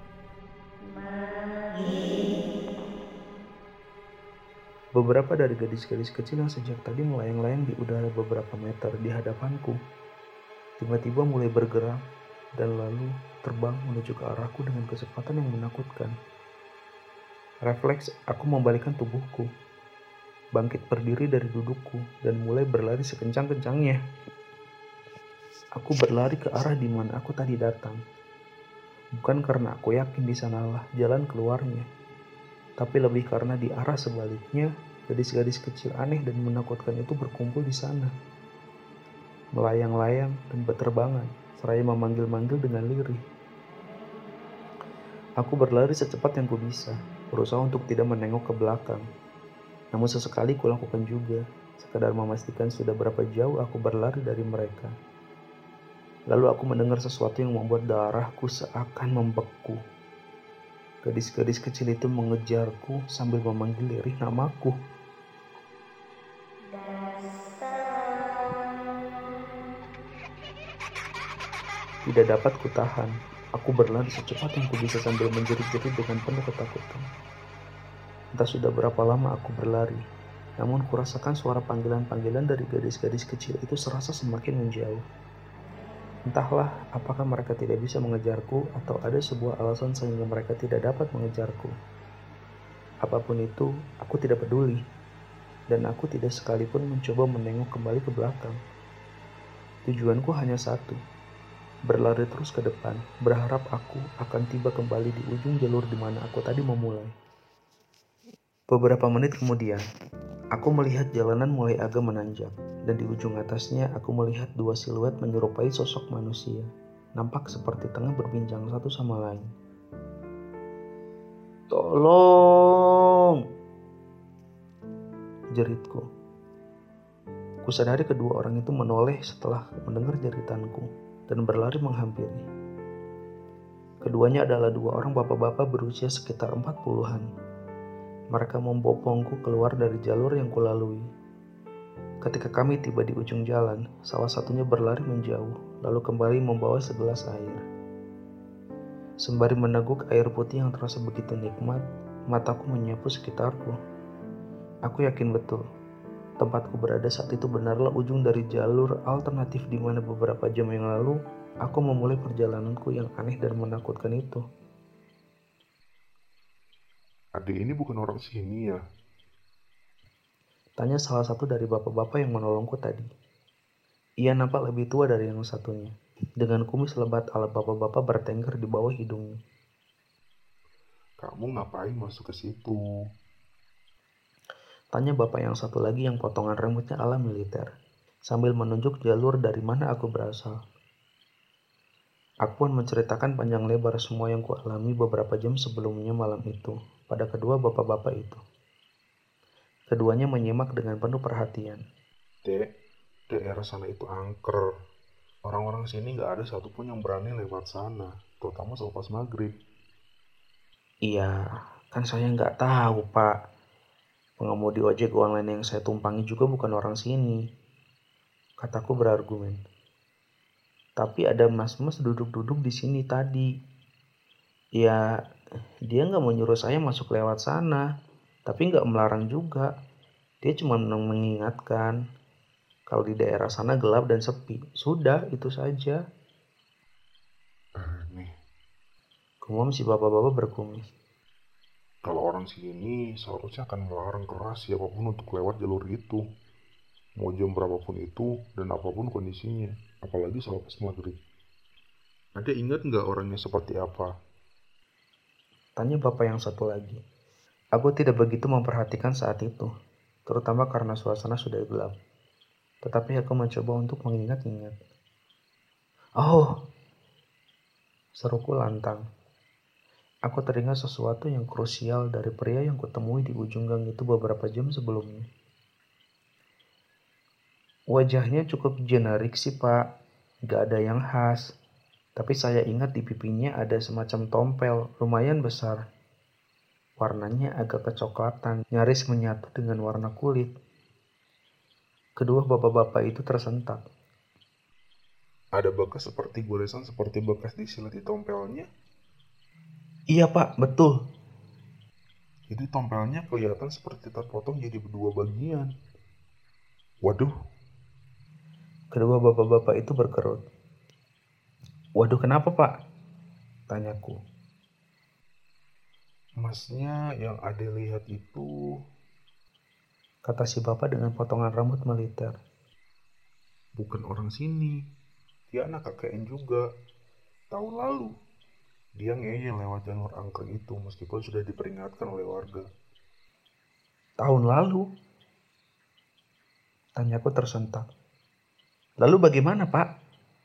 Beberapa dari gadis-gadis kecil yang sejak tadi melayang-layang di udara beberapa meter di hadapanku, tiba-tiba mulai bergerak dan lalu terbang menuju ke arahku dengan kecepatan yang menakutkan. Refleks, aku membalikkan tubuhku, bangkit berdiri dari dudukku, dan mulai berlari sekencang-kencangnya. Aku berlari ke arah di mana aku tadi datang. Bukan karena aku yakin di sanalah jalan keluarnya, tapi lebih karena di arah sebaliknya, gadis-gadis kecil aneh dan menakutkan itu berkumpul di sana. Melayang-layang dan berterbangan, seraya memanggil-manggil dengan lirih. Aku berlari secepat yang ku bisa, berusaha untuk tidak menengok ke belakang. Namun sesekali kulakukan juga, sekadar memastikan sudah berapa jauh aku berlari dari mereka. Lalu aku mendengar sesuatu yang membuat darahku seakan membeku. Gadis-gadis kecil itu mengejarku sambil memanggil lirih namaku. Tidak dapat kutahan. Aku berlari secepat yang kubisa sambil menjerit-jerit dengan penuh ketakutan. Entah sudah berapa lama aku berlari, namun kurasakan suara panggilan-panggilan dari gadis-gadis kecil itu serasa semakin menjauh. Entahlah apakah mereka tidak bisa mengejarku atau ada sebuah alasan sehingga mereka tidak dapat mengejarku. Apapun itu, aku tidak peduli, dan aku tidak sekalipun mencoba menengok kembali ke belakang. Tujuanku hanya satu, berlari terus ke depan, berharap aku akan tiba kembali di ujung jalur di mana aku tadi memulai. Beberapa menit kemudian, aku melihat jalanan mulai agak menanjak, dan di ujung atasnya aku melihat dua siluet menyerupai sosok manusia, nampak seperti tengah berbincang satu sama lain. "Tolong!" jeritku. Kusadari kedua orang itu menoleh setelah mendengar jeritanku dan berlari menghampiri. Keduanya adalah dua orang bapak-bapak berusia sekitar empat puluhan. Mereka membopongku keluar dari jalur yang kulalui. Ketika kami tiba di ujung jalan, salah satunya berlari menjauh, lalu kembali membawa segelas air. Sembari meneguk air putih yang terasa begitu nikmat, mataku menyapu sekitarku. Aku yakin betul, tempatku berada saat itu benarlah ujung dari jalur alternatif di mana beberapa jam yang lalu aku memulai perjalananku yang aneh dan menakutkan itu. Adik ini bukan orang sini ya? Tanya salah satu dari bapak-bapak yang menolongku tadi. Ia nampak lebih tua dari yang satunya, dengan kumis lebat ala bapak-bapak bertengger di bawah hidungnya. Kamu ngapain masuk ke situ? Tanya bapak yang satu lagi yang potongan rambutnya ala militer, sambil menunjuk jalur dari mana aku berasal. Aku pun menceritakan panjang lebar semua yang kualami beberapa jam sebelumnya malam itu pada kedua bapak-bapak itu. Keduanya menyimak dengan penuh perhatian. Dek, daerah sana itu angker. Orang-orang sini nggak ada satupun yang berani lewat sana, terutama selepas maghrib. Iya, kan saya nggak tahu, Pak. Pengemudi ojek online yang saya tumpangi juga bukan orang sini, kataku berargumen. Tapi ada mas-mas duduk-duduk di sini tadi. Ya, dia nggak mau nyuruh saya masuk lewat sana, tapi nggak melarang juga. Dia cuma mengingatkan kalau di daerah sana gelap dan sepi. Sudah, itu saja. Aneh. Gumam si bapak-bapak berkumis. Kalau orang sini seharusnya akan melarang keras siapapun untuk lewat jalur itu. Mau jam berapapun itu dan apapun kondisinya, apalagi selepas maghrib. Anda ingat nggak orangnya seperti apa? Tanya bapak yang satu lagi. Aku tidak begitu memperhatikan saat itu, terutama karena suasana sudah gelap. Tetapi aku mencoba untuk mengingat-ingat. Oh, seruku lantang. Aku teringat sesuatu yang krusial dari pria yang kutemui di ujung gang itu beberapa jam sebelumnya. Wajahnya cukup generik sih, Pak. Gak ada yang khas. Tapi saya ingat di pipinya ada semacam tompel, lumayan besar. Warnanya agak kecoklatan, nyaris menyatu dengan warna kulit. Kedua bapak-bapak itu tersentak. Ada bekas seperti goresan seperti bekas disilet di tompelnya. Iya, Pak, betul. Jadi tompelnya kelihatan seperti terpotong jadi dua bagian. Waduh, Kedua bapak-bapak itu berkerut. Waduh, kenapa, Pak? Tanyaku. masnya yang ada lihat itu Kata si bapak dengan potongan rambut militer. bukan orang sini. Dia anak K K N juga. Tahun lalu, dia ngeyel lewat jalur angker itu meskipun sudah diperingatkan oleh warga. Tahun lalu? Tanyaku tersentak. Lalu bagaimana, Pak?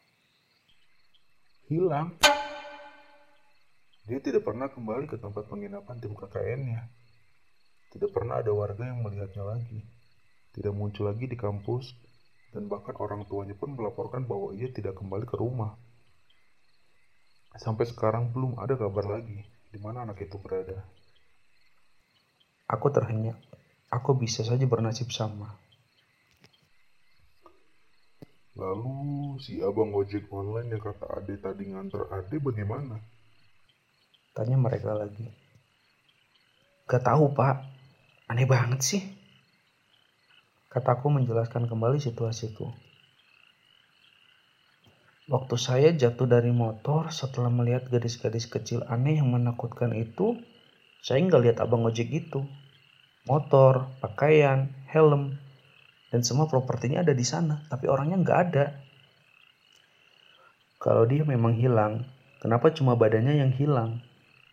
Hilang. Dia tidak pernah kembali ke tempat penginapan tim K K N-nya. Tidak pernah ada warga yang melihatnya lagi. Tidak muncul lagi di kampus, dan bahkan orang tuanya pun melaporkan bahwa ia tidak kembali ke rumah. Sampai sekarang belum ada kabar lagi di mana anak itu berada. Aku terhenyak. Aku bisa saja bernasib sama. Lalu si abang ojek online yang kata Ade tadi nganter Ade bagaimana? Tanya mereka lagi. Gak tahu pak, aneh banget sih. Kataku menjelaskan kembali situasi itu. Waktu saya jatuh dari motor setelah melihat gadis-gadis kecil aneh yang menakutkan itu, saya nggak lihat abang ojek itu. Motor, pakaian, helm, dan semua propertinya ada di sana, tapi orangnya nggak ada. Kalau dia memang hilang, kenapa cuma badannya yang hilang?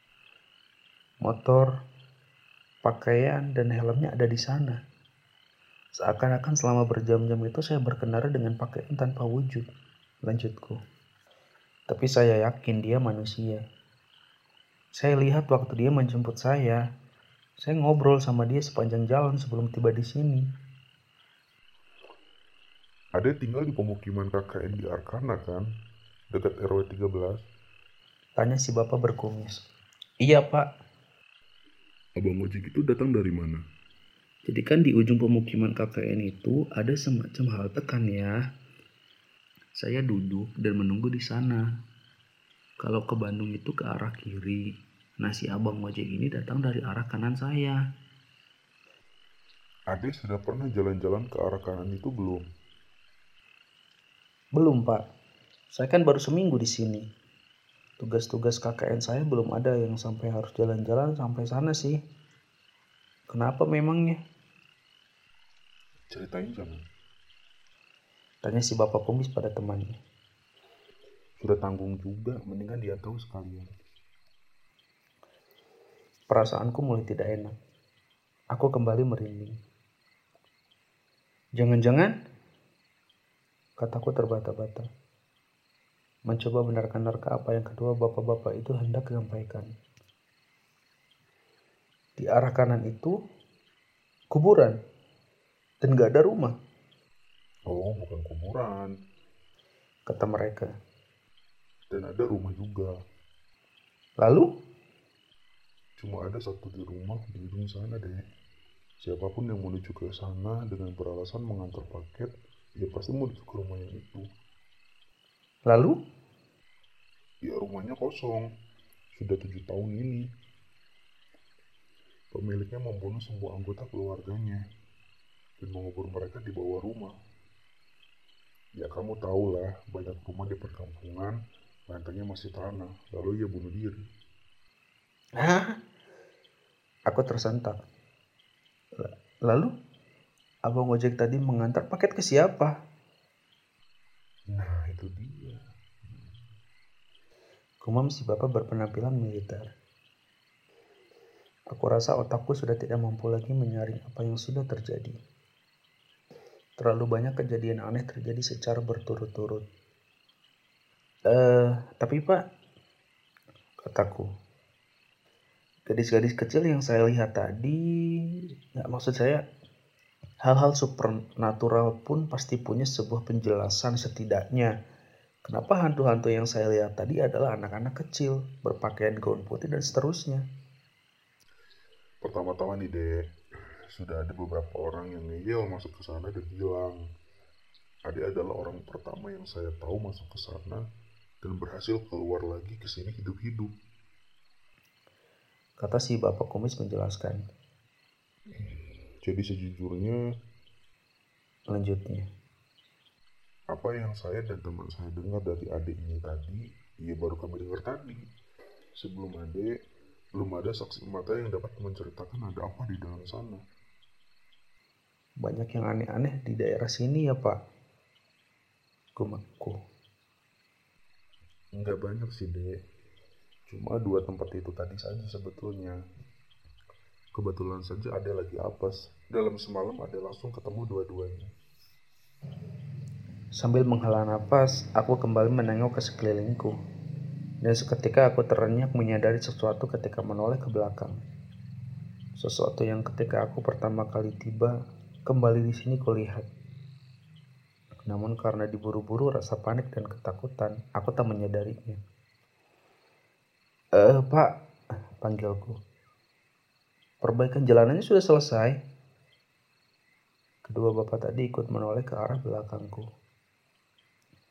Motor, pakaian, dan helmnya ada di sana. Seakan-akan selama berjam-jam itu saya berkendara dengan pakaian tanpa wujud, lanjutku. Tapi saya yakin dia manusia. Saya lihat waktu dia menjemput saya, saya ngobrol sama dia sepanjang jalan sebelum tiba di sini. Ade tinggal di pemukiman K K N di Arkana kan? Dekat R W tiga belas. Tanya si bapak berkumis. Iya pak. Abang ojek itu datang dari mana? Jadi kan di ujung pemukiman K K N itu ada semacam halte kan ya. Saya duduk dan menunggu di sana. Kalau ke Bandung itu ke arah kiri. Nah si abang ojek ini datang dari arah kanan saya. Ade sudah pernah jalan-jalan ke arah kanan itu belum? Belum pak. Saya kan baru seminggu di sini. Tugas-tugas K K N saya belum ada yang sampai harus jalan-jalan sampai sana sih. Kenapa memangnya? Ceritain jangan. Tanya si bapak kumis pada temannya. Sudah tanggung juga, mendingan dia tahu sekalian. Perasaanku mulai tidak enak. Aku kembali merinding. Jangan-jangan, kataku terbata-bata. Mencoba menerka-nerka apa yang kedua bapak-bapak itu hendak sampaikan. Di arah kanan itu, kuburan. Dan gak ada rumah, Oh, bukan kuburan. kata mereka. Dan ada rumah juga. Lalu, Cuma ada satu di rumah di ujung sana deh. Siapapun yang menuju ke sana dengan beralasan mengantar paket, ya pasti menuju ke rumah yang itu. lalu, Ya rumahnya kosong. Sudah tujuh tahun ini. Pemiliknya membunuh semua anggota keluarganya dan mengubur mereka di bawah rumah. Ya kamu tahulah, banyak rumah di perkampungan, lantainya masih tanah, lalu ia bunuh diri. hah? Aku tersentak. Lalu, abang ojek tadi mengantar paket ke siapa? Nah itu dia. Gumam si bapak berpenampilan militer. Aku rasa otakku sudah tidak mampu lagi menyaring apa yang sudah terjadi. Terlalu banyak kejadian aneh terjadi secara berturut-turut. Eh, tapi pak, kataku, gadis-gadis kecil yang saya lihat tadi, nggak maksud saya, hal-hal supernatural pun pasti punya sebuah penjelasan setidaknya. Kenapa hantu-hantu yang saya lihat tadi adalah anak-anak kecil, berpakaian gaun putih dan seterusnya. Pertama-tama nih dek, sudah ada beberapa orang yang ngeyel masuk ke sana dan hilang. Ade adalah orang pertama yang saya tahu masuk ke sana dan berhasil keluar lagi ke sini hidup-hidup. Kata si bapak kumis menjelaskan. Jadi sejujurnya, Lanjutnya. apa yang saya dan teman saya dengar dari adik ini tadi, ya baru kami dengar tadi. Sebelum adik, belum ada saksi mata yang dapat menceritakan ada apa di dalam sana. Banyak yang aneh-aneh di daerah sini ya pak, gumakku. Enggak banyak sih dek, cuma dua tempat itu tadi saja sebetulnya. Kebetulan saja ada lagi apes. Dalam semalam ada langsung ketemu dua-duanya. Sambil menghela nafas, aku kembali menengok ke sekelilingku. Dan seketika aku terenyak menyadari sesuatu ketika menoleh ke belakang. Sesuatu yang ketika aku pertama kali tiba, kembali di sini kulihat. Namun karena diburu-buru rasa panik dan ketakutan, aku tak menyadarinya. Eh, Pak, panggilku. Perbaikan jalanannya sudah selesai. Kedua bapak tadi ikut menoleh ke arah belakangku.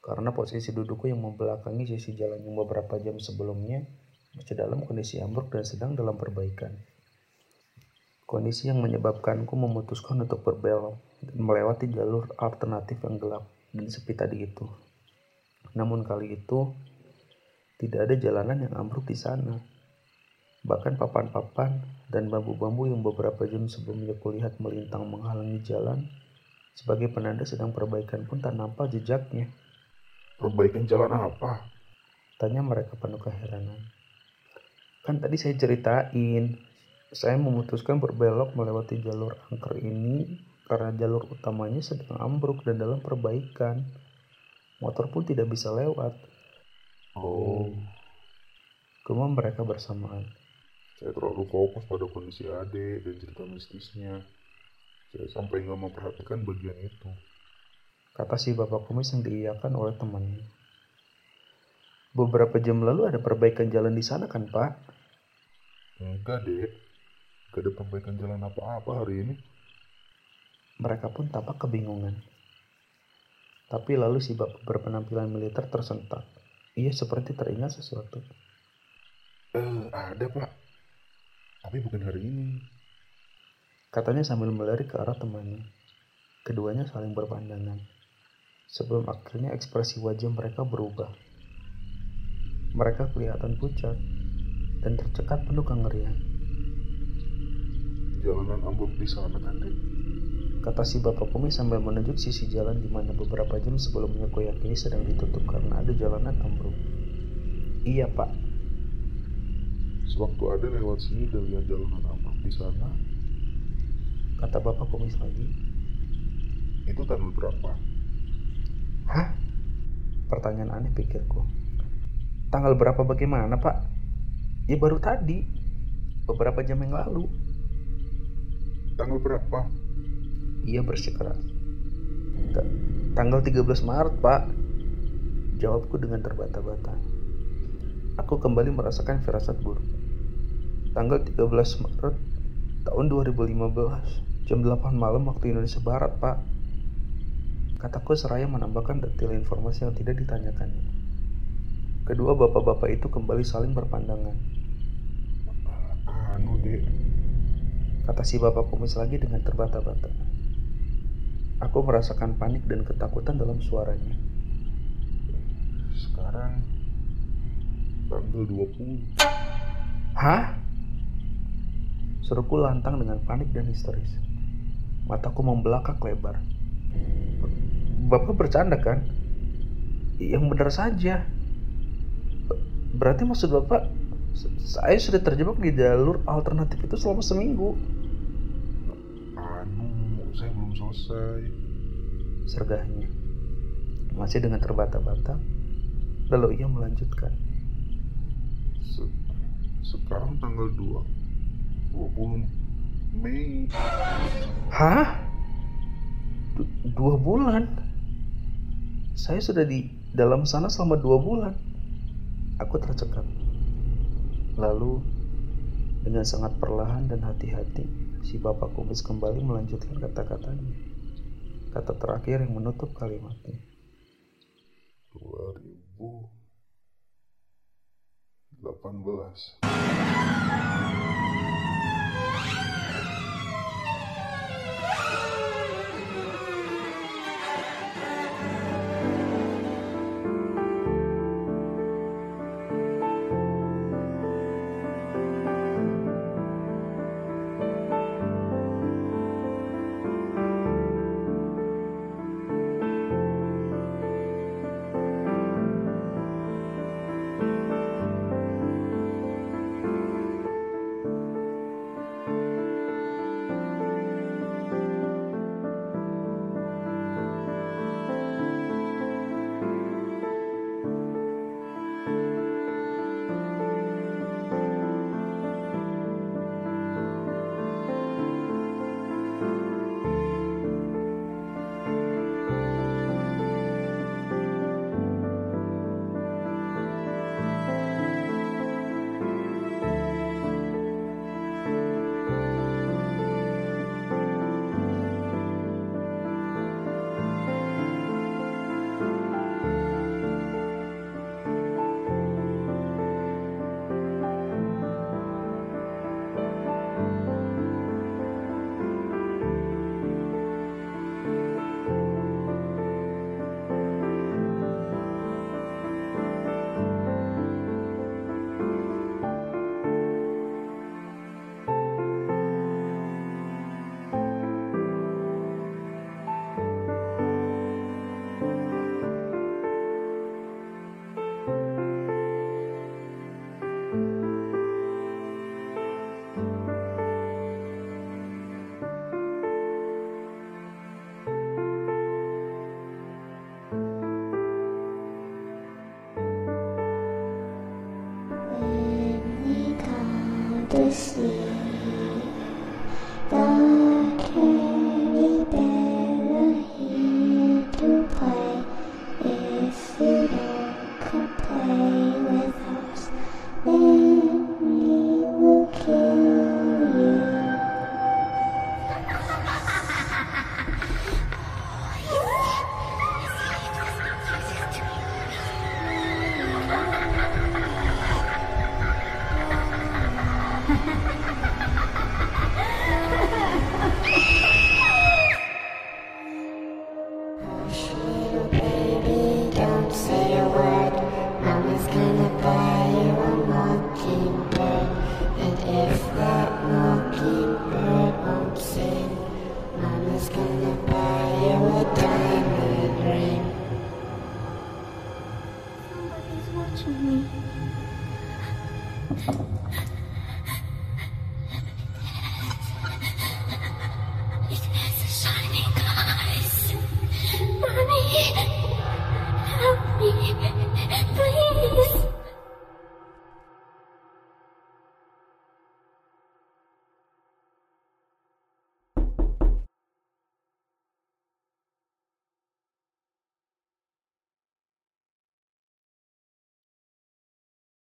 karena posisi dudukku yang membelakangi sisi jalan yang beberapa jam sebelumnya masih dalam kondisi ambruk dan sedang dalam perbaikan. Kondisi yang menyebabkanku memutuskan untuk berbelok dan melewati jalur alternatif yang gelap dan sepi tadi itu. Namun kali itu tidak ada jalanan yang ambruk di sana. Bahkan papan-papan dan bambu-bambu yang beberapa jam sebelumnya kulihat melintang menghalangi jalan sebagai penanda sedang perbaikan pun tak nampak jejaknya. Perbaikan jalan apa? Tanya mereka penuh keheranan. Kan tadi saya ceritain, saya memutuskan berbelok melewati jalur angker ini karena jalur utamanya sedang ambruk dan dalam perbaikan. Motor pun tidak bisa lewat. Oh, Gumam mereka bersamaan. saya terlalu fokus pada kondisi Ade dan cerita mistisnya. Saya sampai nggak memperhatikan bagian itu. Kata si bapak kumis yang diiyakan oleh temannya. Beberapa jam lalu ada perbaikan jalan di sana kan, Pak? Enggak, Dek. Gak ada perbaikan jalan apa-apa hari ini. Mereka pun tampak kebingungan. Tapi lalu si bapak berpenampilan militer tersentak. Ia seperti teringat sesuatu. Eh, ada, Pak. Tapi bukan hari ini. Katanya sambil melirik ke arah temannya. Keduanya saling berpandangan. Sebelum akhirnya ekspresi wajah mereka berubah. Mereka kelihatan pucat dan tercekat penuh kengerian. Jalanan ambruk di sana kan, Dek? Kata si bapak kumis sambil menunjuk sisi jalan di mana beberapa jam sebelumnya ku yakini sedang ditutup karena ada jalanan ambruk. Iya, Pak. Sewaktu ada lewat sini dan lihat jalanan ambruk di sana, Kata bapak kumis lagi. itu tanggal berapa? Hah? Pertanyaan aneh pikirku. Tanggal berapa bagaimana, Pak? Ya baru tadi. Beberapa jam yang lalu. Tanggal berapa? Ia bersikeras. Ta- Tanggal tiga belas Maret, Pak. Jawabku dengan terbata-bata. Aku kembali merasakan firasat buruk. Tanggal tiga belas Maret tahun dua ribu lima belas, jam delapan malam waktu Indonesia Barat, Pak. Kataku seraya menambahkan detail informasi yang tidak ditanyakannya. Kedua bapak-bapak itu kembali saling berpandangan. Anu, Dek. Kata si bapak kumis lagi dengan terbata-bata. Aku merasakan panik dan ketakutan dalam suaranya. Sekarang tanggal dua puluh. Hah? Seruku lantang dengan panik dan histeris. Mataku membelakang lebar. Bapak bercanda kan? Yang benar saja. Berarti maksud Bapak, saya sudah terjebak di jalur alternatif itu selama seminggu. Anu, saya belum selesai. Sergahnya. Masih dengan terbata-bata. Lalu ia melanjutkan. Se- sekarang tanggal dua puluh Mei. Hah? Du- dua bulan? Saya sudah di dalam sana selama dua bulan. Aku tercekat. Lalu, dengan sangat perlahan dan hati-hati, si bapak kumis kembali melanjutkan kata-katanya. Kata terakhir yang menutup kalimatnya. dua ribu delapan belas. to see. The teddy bear here to play. If you don't come play with us, then we will kill you. Hush, little baby, don't say a word. Mama's gonna buy you a mockingbird. And if that mockingbird won't sing, Mama's gonna buy you a diamond ring. Somebody's watching me.